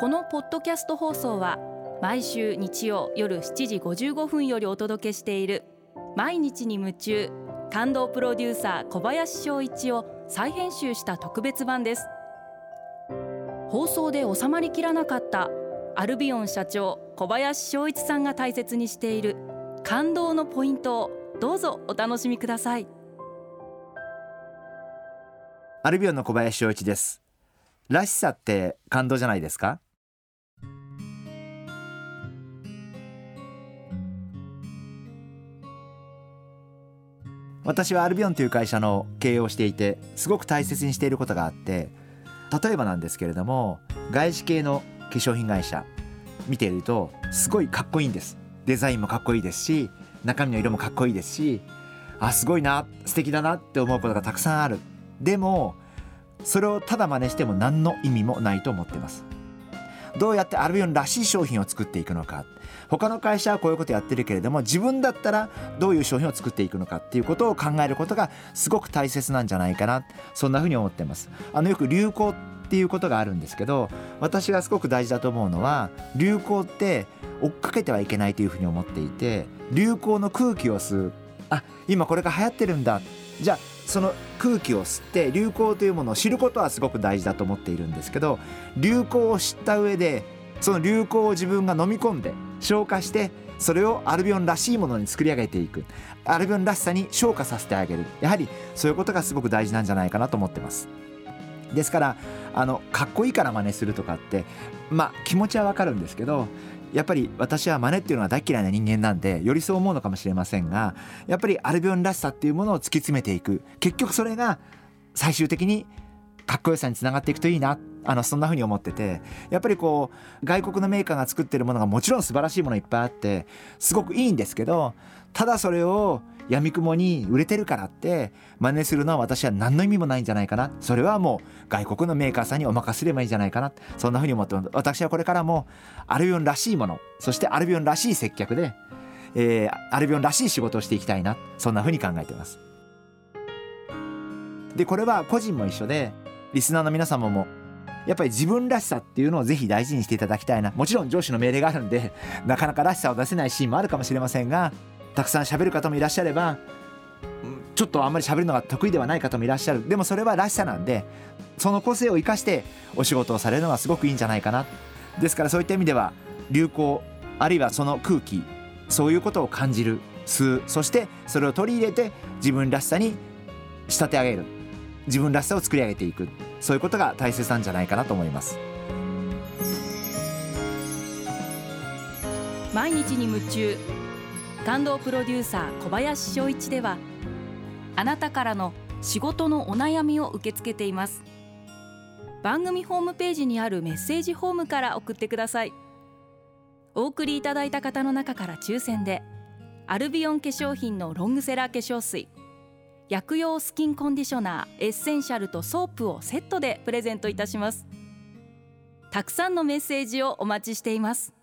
このポッドキャスト放送は毎週日曜夜7時55分よりお届けしている毎日に夢中感動プロデューサー小林翔一を再編集した特別版です。放送で収まりきらなかったアルビオン社長小林翔一さんが大切にしている感動のポイントをどうぞお楽しみください。 アルビオンの小林翔一です。らしさって感動じゃないですか？私はアルビオンという会社の経営をしていて、すごく大切にしていることがあって、例えばなんですけれども、外資系の化粧品会社見ているとすごいかっこいいんです。デザインもかっこいいですし、中身の色もかっこいいですし、すごいな、素敵だなって思うことがたくさんある。でもそれをただ真似しても何の意味もないと思っています。どうやってアルビオンらしい商品を作っていくのか、他の会社はこういうことやってるけれども、自分だったらどういう商品を作っていくのかっていうことを考えることがすごく大切なんじゃないかな、そんなふうに思っています。よく流行っていうことがあるんですけど、私がすごく大事だと思うのは、流行って追っかけてはいけないというふうに思っていて、流行の空気を吸う、今これが流行ってるんだ、じゃあその空気を吸って流行というものを知ることはすごく大事だと思っているんですけど、流行を知った上でその流行を自分が飲み込んで消化して、それをアルビオンらしいものに作り上げていく、アルビオンらしさに昇華させてあげる、やはりそういうことがすごく大事なんじゃないかなと思ってます。ですからかっこいいから真似するとかって、気持ちはわかるんですけど、やっぱり私は真似っていうのは大嫌いな人間なんで、よりそう思うのかもしれませんが、やっぱりアルビオンらしさっていうものを突き詰めていく、結局それが最終的にかっこよさにつながっていくといいな、そんな風に思ってて、やっぱり外国のメーカーが作ってるものがもちろん素晴らしいものいっぱいあってすごくいいんですけど、ただそれを闇雲に売れてるからって真似するのは私は何の意味もないんじゃないかな。それはもう外国のメーカーさんにお任せすればいいんじゃないかな、そんな風に思ってます。私はこれからもアルビオンらしいもの、そしてアルビオンらしい接客で、アルビオンらしい仕事をしていきたいな、そんな風に考えています。でこれは個人も一緒で、リスナーの皆様もやっぱり自分らしさっていうのをぜひ大事にしていただきたいな。もちろん上司の命令があるんでなかなからしさを出せないシーンもあるかもしれませんが、たくさん喋る方もいらっしゃれば、ちょっとあんまり喋るのが得意ではない方もいらっしゃる。でもそれはらしさなんで、その個性を生かしてお仕事をされるのはすごくいいんじゃないかな。ですからそういった意味では流行、あるいはその空気、そういうことを感じる、吸う、そしてそれを取り入れて自分らしさに仕立て上げる、自分らしさを作り上げていく、そういうことが大切なんじゃないかなと思います。 毎日に夢中感動プロデューサー小林翔一では、あなたからの仕事のお悩みを受け付けています。番組ホームページにあるメッセージフォームから送ってください。お送りいただいた方の中から抽選でアルビオン化粧品のロングセラー化粧水、薬用スキンコンディショナーエッセンシャルとソープをセットでプレゼントいたします。たくさんのメッセージをお待ちしています。